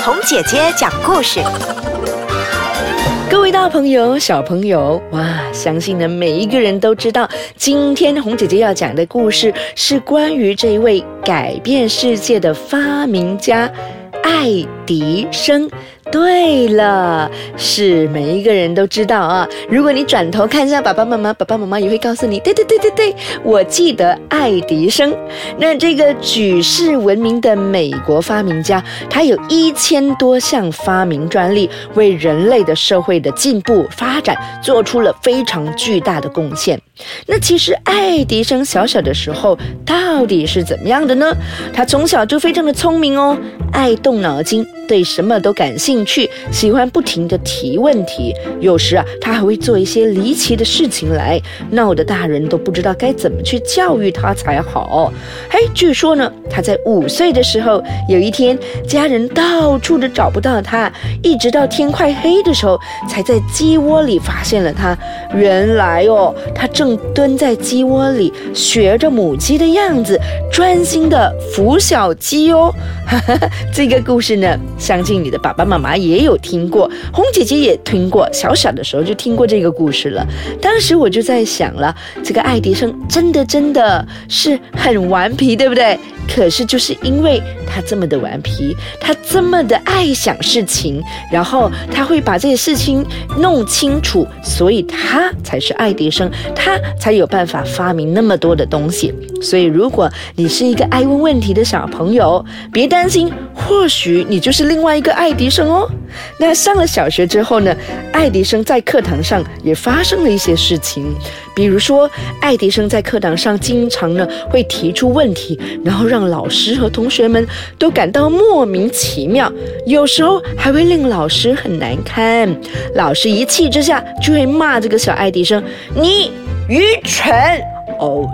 红姐姐讲故事。 各位大朋友小朋友，哇，相信呢每一个人都知道，今天红姐姐要讲的故事是关于这一位改变世界的发明家爱迪生。对了，是每一个人都知道啊。如果你转头看一下爸爸妈妈也会告诉你，对，我记得爱迪生。那这个举世闻名的美国发明家，他有1000多项发明专利，为人类的社会的进步发展做出了非常巨大的贡献。那其实爱迪生小小的时候到底是怎么样的呢？他从小就非常的聪明哦，爱动脑筋，对什么都感兴趣，喜欢不停的提问题。有时他还会做一些离奇的事情来，闹得大人都不知道该怎么去教育他才好。据说呢，他在5岁的时候，有一天家人到处都找不到他，一直到天快黑的时候，才在鸡窝里发现了他。原来他正蹲在鸡窝里，学着母鸡的样子，专心的孵小鸡哦。这个故事呢，相信你的爸爸妈妈也有听过，红姐姐也听过，小小的时候就听过这个故事了。当时我就在想了，这个爱迪生真的是很顽皮，对不对？可是就是因为他这么的顽皮，他这么的爱想事情，然后他会把这些事情弄清楚，所以他才是爱迪生，他才有办法发明那么多的东西。所以如果你是一个爱问问题的小朋友，别担心，或许你就是另外一个爱迪生哦。那上了小学之后呢，爱迪生在课堂上也发生了一些事情。比如说，爱迪生在课堂上经常呢会提出问题，然后让老师和同学们都感到莫名其妙，有时候还会令老师很难堪。老师一气之下就会骂这个小爱迪生，你愚蠢。Oh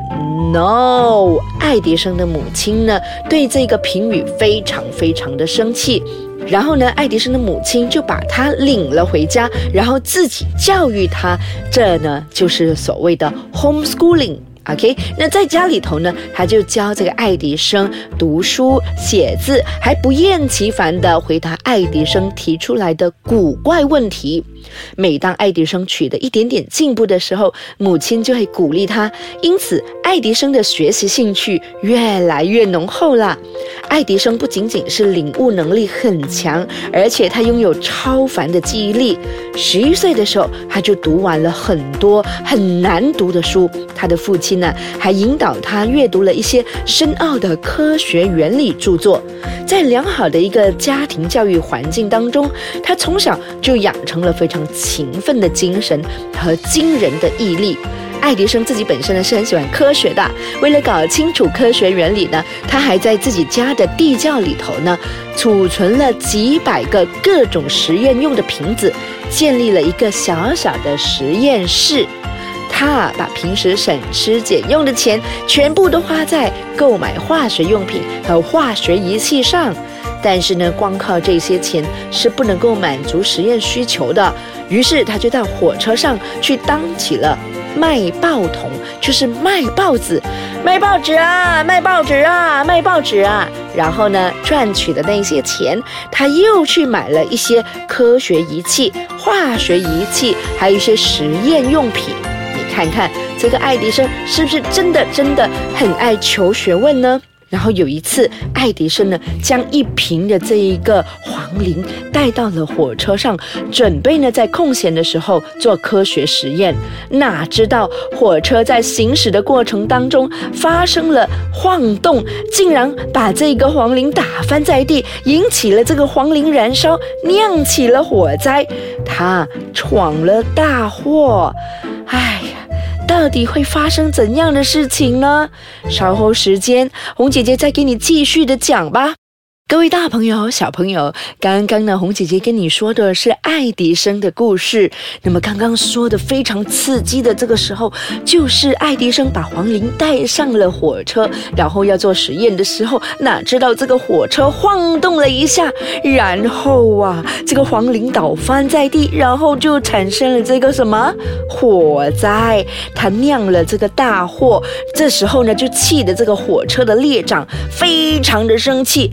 no！ 爱迪生的母亲呢，对这个评语非常的生气。然后呢，爱迪生的母亲就把他领了回家，然后自己教育他。这呢，就是所谓的 homeschooling。OK， 那在家里头呢，他就教这个爱迪生读书写字，还不厌其烦地回答爱迪生提出来的古怪问题。每当爱迪生取得一点点进步的时候，母亲就会鼓励他，因此爱迪生的学习兴趣越来越浓厚了。爱迪生不仅仅是领悟能力很强，而且他拥有超凡的记忆力。11岁的时候，他就读完了很多很难读的书。他的父亲呢，还引导他阅读了一些深奥的科学原理著作。在良好的一个家庭教育环境当中，他从小就养成了非常勤奋的精神和惊人的毅力。爱迪生自己本身呢是很喜欢科学的，为了搞清楚科学原理呢，他还在自己家的地窖里头呢储存了几百个各种实验用的瓶子，建立了一个小小的实验室。他把平时省吃俭用的钱全部都花在购买化学用品和化学仪器上，但是呢，光靠这些钱是不能够满足实验需求的。于是他就到火车上去当起了卖报童，就是卖报纸，卖报纸啊，卖报纸啊，卖报纸啊。然后呢，赚取的那些钱，他又去买了一些科学仪器、化学仪器，还有一些实验用品。你看看这个爱迪生是不是真的很爱求学问呢？然后有一次，爱迪生呢将一瓶的这一个黄磷带到了火车上，准备呢在空闲的时候做科学实验。哪知道火车在行驶的过程当中发生了晃动，竟然把这个黄磷打翻在地，引起了这个黄磷燃烧，酿起了火灾。他闯了大祸。到底会发生怎样的事情呢？稍后时间，红姐姐再给你继续的讲吧。各位大朋友小朋友，刚刚呢红姐姐跟你说的是爱迪生的故事。那么刚刚说的非常刺激的这个时候，就是爱迪生把黄磷带上了火车，然后要做实验的时候，哪知道这个火车晃动了一下，然后这个黄磷倒翻在地，然后就产生了这个什么火灾，它酿了这个大祸。这时候呢就气得这个火车的列长非常的生气，然后呢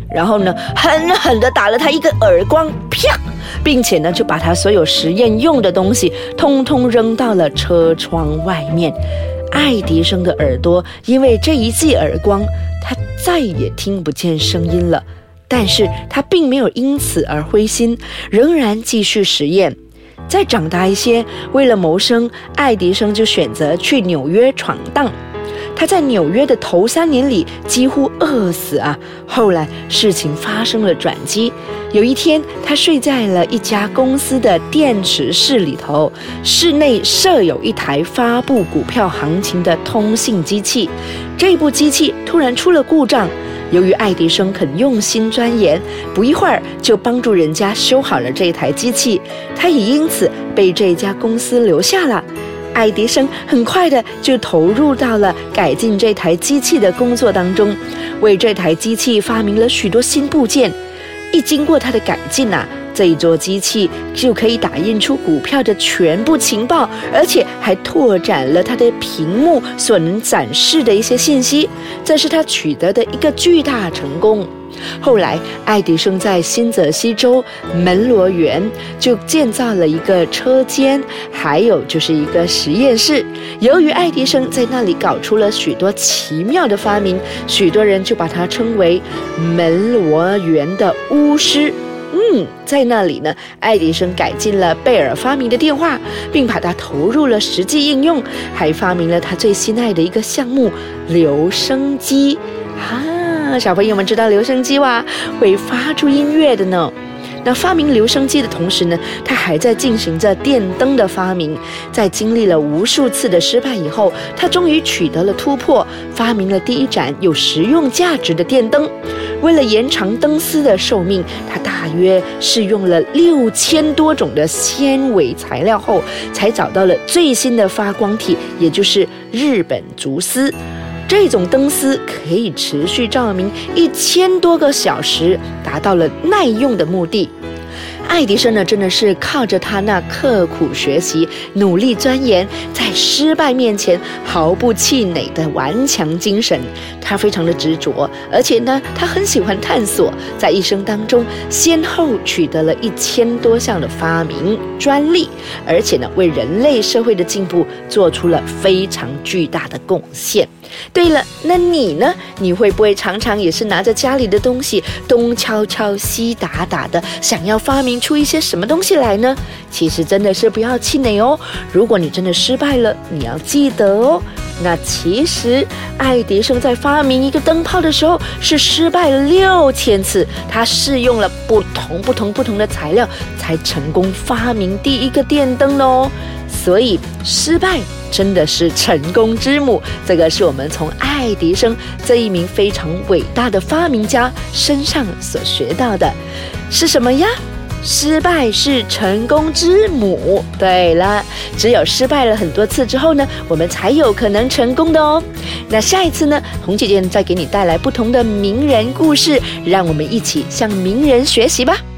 呢狠狠地打了他一个耳光，啪！并且呢就把他所有实验用的东西通通扔到了车窗外面。爱迪生的耳朵因为这一记耳光，他再也听不见声音了。但是他并没有因此而灰心，仍然继续实验。再长大一些，为了谋生，爱迪生就选择去纽约闯荡。他在纽约的头3年里几乎饿死啊！后来事情发生了转机。有一天，他睡在了一家公司的电池室里头，室内设有一台发布股票行情的通信机器。这部机器突然出了故障，由于爱迪生肯用心钻研，不一会儿就帮助人家修好了这台机器，他也因此被这家公司留下了。爱迪生很快的就投入到了改进这台机器的工作当中，为这台机器发明了许多新部件。一经过他的改进啊，这一座机器就可以打印出股票的全部情报，而且还拓展了他的屏幕所能展示的一些信息，这是他取得的一个巨大成功。后来，爱迪生在新泽西州门罗园就建造了一个车间，还有就是一个实验室。由于爱迪生在那里搞出了许多奇妙的发明，许多人就把他称为门罗园的巫师。在那里呢，爱迪生改进了贝尔发明的电话，并把它投入了实际应用，还发明了他最心爱的一个项目——留声机。小朋友们知道留声机哇，会发出音乐的呢。那发明留声机的同时呢，他还在进行着电灯的发明。在经历了无数次的失败以后，他终于取得了突破，发明了第一盏有实用价值的电灯。为了延长灯丝的寿命，他大约是用了6000多种的纤维材料后，才找到了最新的发光体，也就是日本竹丝。这种灯丝可以持续照明1000多个小时，达到了耐用的目的。爱迪生呢，真的是靠着他那刻苦学习、努力钻研，在失败面前毫不气馁的顽强精神。他非常的执着，而且呢，他很喜欢探索，在一生当中先后取得了1000多项的发明专利，而且呢，为人类社会的进步做出了非常巨大的贡献。对了，那你呢？你会不会常常也是拿着家里的东西东敲敲西打打的，想要发明出一些什么东西来呢？其实真的是不要气馁哦。如果你真的失败了，你要记得哦。那其实爱迪生在发明一个灯泡的时候是失败了6000次，他试用了不同的材料，才成功发明第一个电灯哦。所以失败真的是成功之母，这个是我们从爱迪生这一名非常伟大的发明家身上所学到的。是什么呀？失败是成功之母。对了，只有失败了很多次之后呢，我们才有可能成功的哦。那下一次呢，红姐姐再给你带来不同的名人故事，让我们一起向名人学习吧。